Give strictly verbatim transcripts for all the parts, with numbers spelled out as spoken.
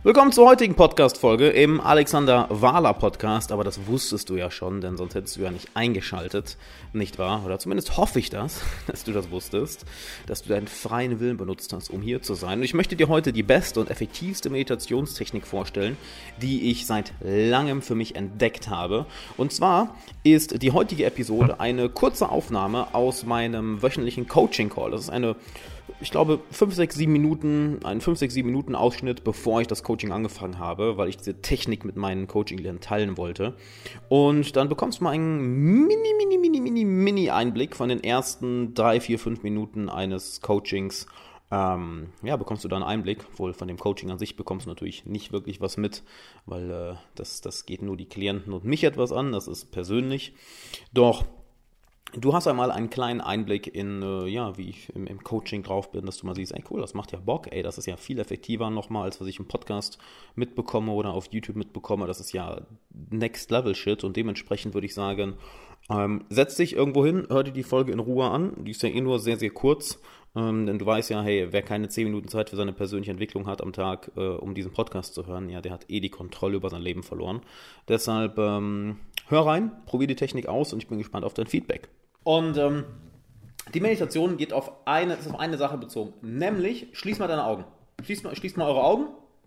Willkommen zur heutigen Podcast-Folge im Alexander Wahler Podcast, aber das wusstest du ja schon, denn sonst hättest du ja nicht eingeschaltet, nicht wahr? Oder zumindest hoffe ich das, dass du das wusstest, dass du deinen freien Willen benutzt hast, um hier zu sein. Und ich möchte dir heute die beste und effektivste Meditationstechnik vorstellen, die ich seit langem für mich entdeckt habe. Und zwar ist die heutige Episode eine kurze Aufnahme aus meinem wöchentlichen Coaching-Call. Das ist eine Ich glaube, fünf, sechs, sieben Minuten, ein fünf, sechs, sieben Minuten Ausschnitt, bevor ich das Coaching angefangen habe, weil ich diese Technik mit meinen Coaching-Klienten teilen wollte. Und dann bekommst du mal einen mini, mini, mini, mini, mini Einblick von den ersten drei, vier, fünf Minuten eines Coachings. Ähm, ja, bekommst du da einen Einblick. Wohl von dem Coaching an sich bekommst du natürlich nicht wirklich was mit, weil äh, das, das geht nur die Klienten und mich etwas an, das ist persönlich. Doch du hast einmal einen kleinen Einblick in, äh, ja, wie ich im, im Coaching drauf bin, dass du mal siehst, ey cool, das macht ja Bock, ey, das ist ja viel effektiver nochmal, als was ich im Podcast mitbekomme oder auf YouTube mitbekomme, das ist ja Next Level Shit und dementsprechend würde ich sagen, ähm, setz dich irgendwo hin, hör dir die Folge in Ruhe an, die ist ja eh nur sehr, sehr kurz, ähm, denn du weißt ja, hey, wer keine zehn Minuten Zeit für seine persönliche Entwicklung hat am Tag, äh, um diesen Podcast zu hören, ja, der hat eh die Kontrolle über sein Leben verloren. Deshalb, ähm, hör rein, probier die Technik aus und ich bin gespannt auf dein Feedback. Und ähm, die Meditation geht auf eine, ist auf eine Sache bezogen, nämlich schließ mal deine Augen. Schließt mal, schließt mal eure Augen.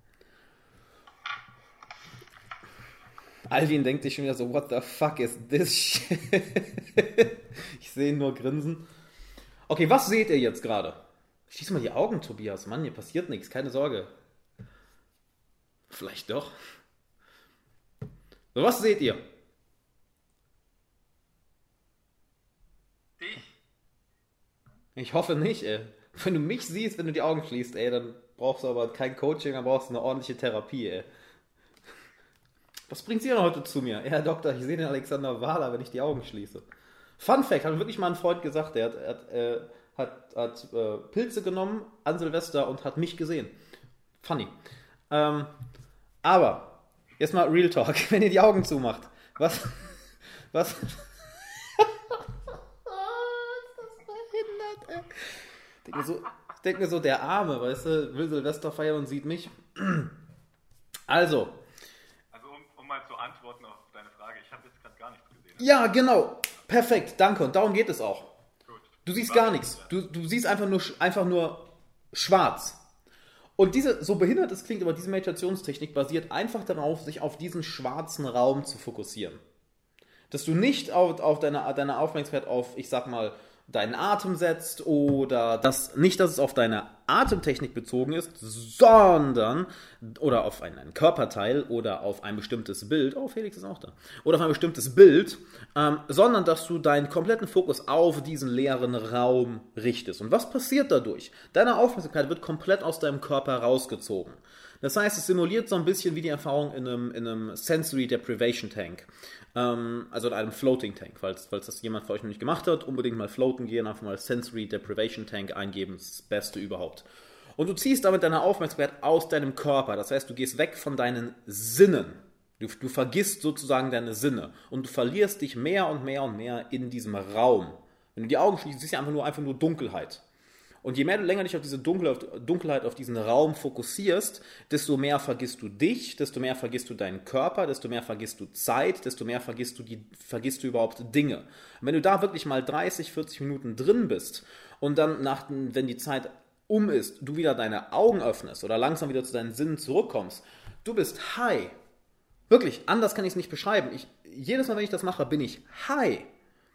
Alvin denkt sich schon wieder so, what the fuck is this shit? Ich sehe nur Grinsen. Okay, was seht ihr jetzt gerade? Schließ mal die Augen, Tobias. Mann, hier passiert nichts, keine Sorge. Vielleicht doch. So, was seht ihr? Ich hoffe nicht, ey. Wenn du mich siehst, wenn du die Augen schließt, ey, dann brauchst du aber kein Coaching, dann brauchst du eine ordentliche Therapie, ey. Was bringt ihr denn heute zu mir? Ja, Herr Doktor, ich sehe den Alexander Wahler, wenn ich die Augen schließe. Fun Fact, hat wirklich mal ein Freund gesagt, der hat, hat, äh, hat, hat äh, Pilze genommen an Silvester und hat mich gesehen. Funny. Ähm, aber, jetzt mal Real Talk, wenn ihr die Augen zumacht, was, was... Ich denke mir, so, ich denke mir so, der Arme, weißt du, will Silvester feiern und sieht mich. Also. Also um, um mal zu antworten auf deine Frage, ich habe jetzt gerade gar nichts gesehen. Ja, genau. Perfekt, danke. Und darum geht es auch. Gut. Du siehst gar nichts. Du, du siehst einfach nur, einfach nur schwarz. Und diese, so behindert es klingt, aber diese Meditationstechnik basiert einfach darauf, sich auf diesen schwarzen Raum zu fokussieren. Dass du nicht auf, auf deine, deine Aufmerksamkeit auf, ich sag mal, deinen Atem setzt oder das, nicht, dass es auf deine Atemtechnik bezogen ist, sondern, oder auf einen, einen Körperteil oder auf ein bestimmtes Bild, oh, Felix ist auch da, oder auf ein bestimmtes Bild, ähm, sondern dass du deinen kompletten Fokus auf diesen leeren Raum richtest. Und was passiert dadurch? Deine Aufmerksamkeit wird komplett aus deinem Körper rausgezogen. Das heißt, es simuliert so ein bisschen wie die Erfahrung in einem, in einem Sensory Deprivation Tank. Ähm, also in einem Floating Tank. Falls, falls das jemand für euch noch nicht gemacht hat, unbedingt mal floaten gehen, einfach mal Sensory Deprivation Tank eingeben. Das ist das Beste überhaupt. Und du ziehst damit deine Aufmerksamkeit aus deinem Körper. Das heißt, du gehst weg von deinen Sinnen. Du, du vergisst sozusagen deine Sinne. Und du verlierst dich mehr und mehr und mehr in diesem Raum. Wenn du die Augen schließt, siehst du einfach nur, einfach nur Dunkelheit. Und je mehr du länger dich auf diese Dunkelheit, auf diesen Raum fokussierst, desto mehr vergisst du dich, desto mehr vergisst du deinen Körper, desto mehr vergisst du Zeit, desto mehr vergisst du, die, vergisst du überhaupt Dinge. Und wenn du da wirklich mal dreißig, vierzig Minuten drin bist und dann, nach, wenn die Zeit um ist, du wieder deine Augen öffnest oder langsam wieder zu deinen Sinnen zurückkommst, du bist high. Wirklich, anders kann ich es nicht beschreiben. Ich, jedes Mal, wenn ich das mache, bin ich high.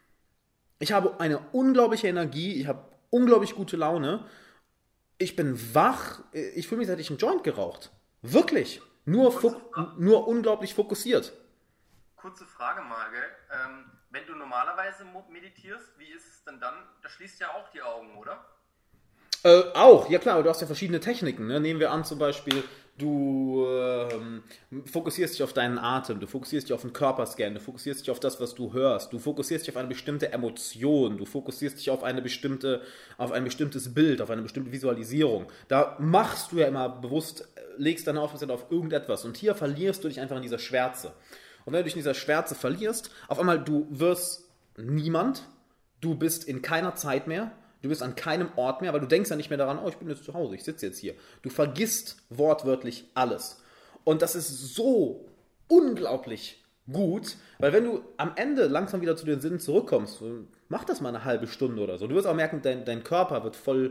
Ich habe eine unglaubliche Energie, ich habe unglaublich gute Laune. Ich bin wach. Ich fühle mich, als hätte ich einen Joint geraucht. Wirklich. Nur, fo- nur unglaublich fokussiert. Kurze Frage mal, gell? Ähm, wenn du normalerweise meditierst, wie ist es denn dann? Da schließt ja auch die Augen, oder? Äh, auch, ja klar, du hast ja verschiedene Techniken. Ne? Nehmen wir an zum Beispiel, du ähm, fokussierst dich auf deinen Atem, du fokussierst dich auf den Körperscan, du fokussierst dich auf das, was du hörst, du fokussierst dich auf eine bestimmte Emotion, du fokussierst dich auf eine bestimmte, auf ein bestimmtes Bild, auf eine bestimmte Visualisierung. Da machst du ja immer bewusst, legst deine Aufmerksamkeit auf irgendetwas und hier verlierst du dich einfach in dieser Schwärze. Und wenn du dich in dieser Schwärze verlierst, auf einmal du wirst niemand, du bist in keiner Zeit mehr, du bist an keinem Ort mehr, weil du denkst ja nicht mehr daran, oh, ich bin jetzt zu Hause, ich sitze jetzt hier. Du vergisst wortwörtlich alles. Und das ist so unglaublich gut, weil wenn du am Ende langsam wieder zu den Sinnen zurückkommst, mach das mal eine halbe Stunde oder so. Du wirst auch merken, dein, dein Körper wird voll,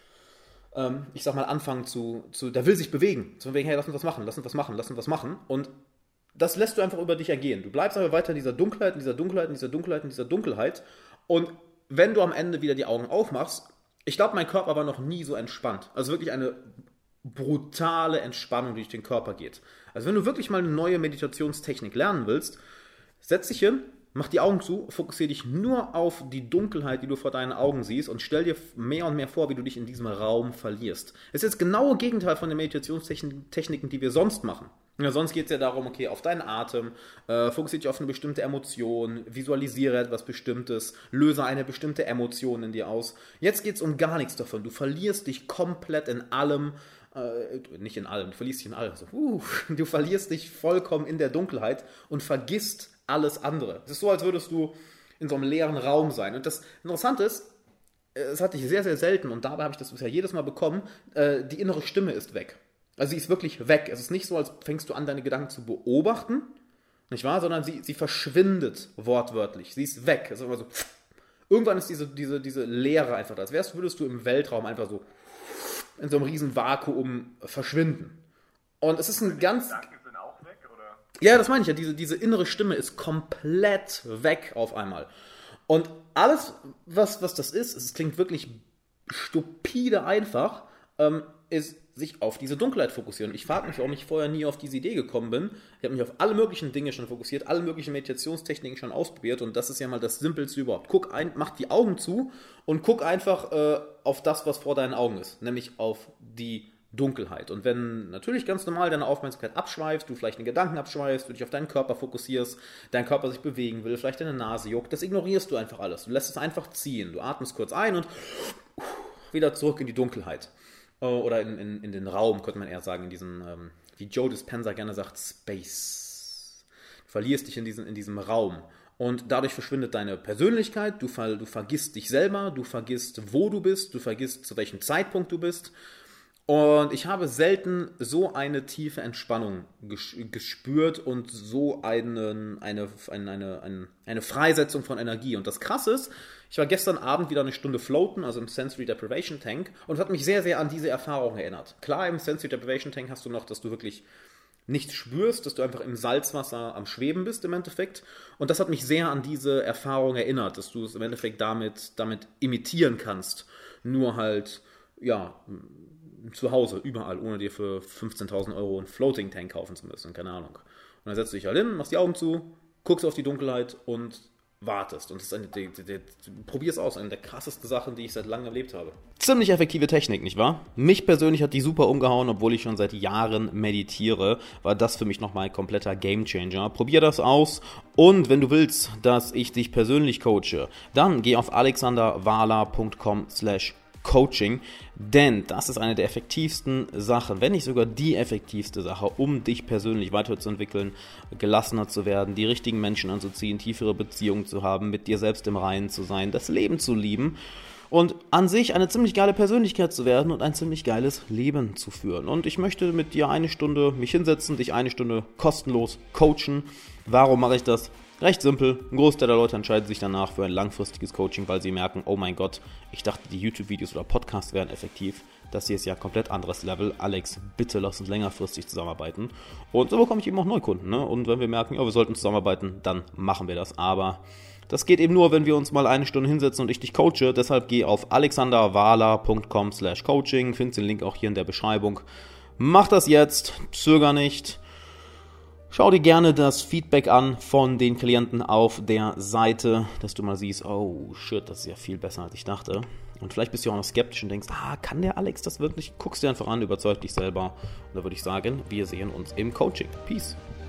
ähm, ich sag mal, anfangen zu, zu, der will sich bewegen. Zu wegen, hey, lass uns was machen, lass uns was machen, lass uns was machen. Und das lässt du einfach über dich ergehen. Du bleibst aber weiter in dieser Dunkelheit, in dieser Dunkelheit, in dieser Dunkelheit, in dieser Dunkelheit. Und wenn du am Ende wieder die Augen aufmachst, ich glaube, mein Körper war noch nie so entspannt. Also wirklich eine brutale Entspannung, die durch den Körper geht. Also wenn du wirklich mal eine neue Meditationstechnik lernen willst, setz dich hin, mach die Augen zu, fokussiere dich nur auf die Dunkelheit, die du vor deinen Augen siehst und stell dir mehr und mehr vor, wie du dich in diesem Raum verlierst. Das ist das genaue Gegenteil von den Meditationstechniken, die wir sonst machen. Ja, sonst geht es ja darum, okay, auf deinen Atem, äh, fokussiere dich auf eine bestimmte Emotion, visualisiere etwas Bestimmtes, löse eine bestimmte Emotion in dir aus. Jetzt geht es um gar nichts davon. Du verlierst dich komplett in allem, äh, nicht in allem, du verlierst dich in allem. So, uh, du verlierst dich vollkommen in der Dunkelheit und vergisst alles andere. Es ist so, als würdest du in so einem leeren Raum sein. Und das Interessante ist, es hatte ich sehr, sehr selten und dabei habe ich das bisher jedes Mal bekommen, äh, die innere Stimme ist weg. Also sie ist wirklich weg. Es ist nicht so, als fängst du an, deine Gedanken zu beobachten, nicht wahr? Sondern sie, sie verschwindet wortwörtlich. Sie ist weg. Es ist immer so, irgendwann ist diese, diese, diese Leere einfach da. Als wärst, würdest du im Weltraum einfach so in so einem riesen Vakuum verschwinden. Und es ist ein ganz... Die Gedanken sind auch weg, oder? Ja, das meine ich ja. Diese, diese innere Stimme ist komplett weg auf einmal. Und alles, was, was das ist, es klingt wirklich stupide einfach, ähm, ist sich auf diese Dunkelheit fokussieren. Und ich frage mich, warum ich vorher nie auf diese Idee gekommen bin. Ich habe mich auf alle möglichen Dinge schon fokussiert, alle möglichen Meditationstechniken schon ausprobiert und das ist ja mal das Simpelste überhaupt. Guck ein, mach die Augen zu und guck einfach äh, auf das, was vor deinen Augen ist, nämlich auf die Dunkelheit. Und wenn natürlich ganz normal deine Aufmerksamkeit abschweifst, du vielleicht einen Gedanken abschweifst, du dich auf deinen Körper fokussierst, dein Körper sich bewegen will, vielleicht deine Nase juckt, das ignorierst du einfach alles. Du lässt es einfach ziehen. Du atmest kurz ein und wieder zurück in die Dunkelheit. Oder in, in, in den Raum, könnte man eher sagen, in diesen, ähm, wie Joe Dispenza gerne sagt, Space. Du verlierst dich in, diesen, in diesem Raum. Und dadurch verschwindet deine Persönlichkeit, du, ver, du vergisst dich selber, du vergisst, wo du bist, du vergisst, zu welchem Zeitpunkt du bist. Und ich habe selten so eine tiefe Entspannung gespürt und so einen, eine, eine, eine, eine Freisetzung von Energie. Und das Krasse ist, ich war gestern Abend wieder eine Stunde floaten, also im Sensory Deprivation Tank, und es hat mich sehr, sehr an diese Erfahrung erinnert. Klar, im Sensory Deprivation Tank hast du noch, dass du wirklich nichts spürst, dass du einfach im Salzwasser am Schweben bist im Endeffekt. Und das hat mich sehr an diese Erfahrung erinnert, dass du es im Endeffekt damit, damit imitieren kannst. Nur halt, ja, zu Hause, überall, ohne dir für fünfzehntausend Euro einen Floating Tank kaufen zu müssen, keine Ahnung. Und dann setzt du dich halt hin, machst die Augen zu, guckst auf die Dunkelheit und wartest. Und das ist eine, die, die, die, probier es aus, eine der krassesten Sachen, die ich seit langem erlebt habe. Ziemlich effektive Technik, nicht wahr? Mich persönlich hat die super umgehauen, obwohl ich schon seit Jahren meditiere, war das für mich nochmal ein kompletter Gamechanger. Probier das aus und wenn du willst, dass ich dich persönlich coache, dann geh auf alexanderwahler punkt com slash Coaching, denn das ist eine der effektivsten Sachen, wenn nicht sogar die effektivste Sache, um dich persönlich weiterzuentwickeln, gelassener zu werden, die richtigen Menschen anzuziehen, tiefere Beziehungen zu haben, mit dir selbst im Reinen zu sein, das Leben zu lieben und an sich eine ziemlich geile Persönlichkeit zu werden und ein ziemlich geiles Leben zu führen. Und ich möchte mit dir eine Stunde mich hinsetzen, dich eine Stunde kostenlos coachen. Warum mache ich das? Recht simpel, ein Großteil der Leute entscheiden sich danach für ein langfristiges Coaching, weil sie merken, oh mein Gott, ich dachte, die YouTube-Videos oder Podcasts wären effektiv. Das hier ist ja ein komplett anderes Level. Alex, bitte lass uns längerfristig zusammenarbeiten. Und so bekomme ich eben auch Neukunden. Ne? Und wenn wir merken, ja, wir sollten zusammenarbeiten, dann machen wir das. Aber das geht eben nur, wenn wir uns mal eine Stunde hinsetzen und ich dich coache. Deshalb geh auf alexanderwahler punkt com slash coaching. Findest den Link auch hier in der Beschreibung. Mach das jetzt, zöger nicht. Schau dir gerne das Feedback an von den Klienten auf der Seite, dass du mal siehst, oh shit, das ist ja viel besser, als ich dachte. Und vielleicht bist du auch noch skeptisch und denkst, ah, kann der Alex das wirklich? Guckst dir einfach an, überzeug dich selber. Und da würde ich sagen, wir sehen uns im Coaching. Peace.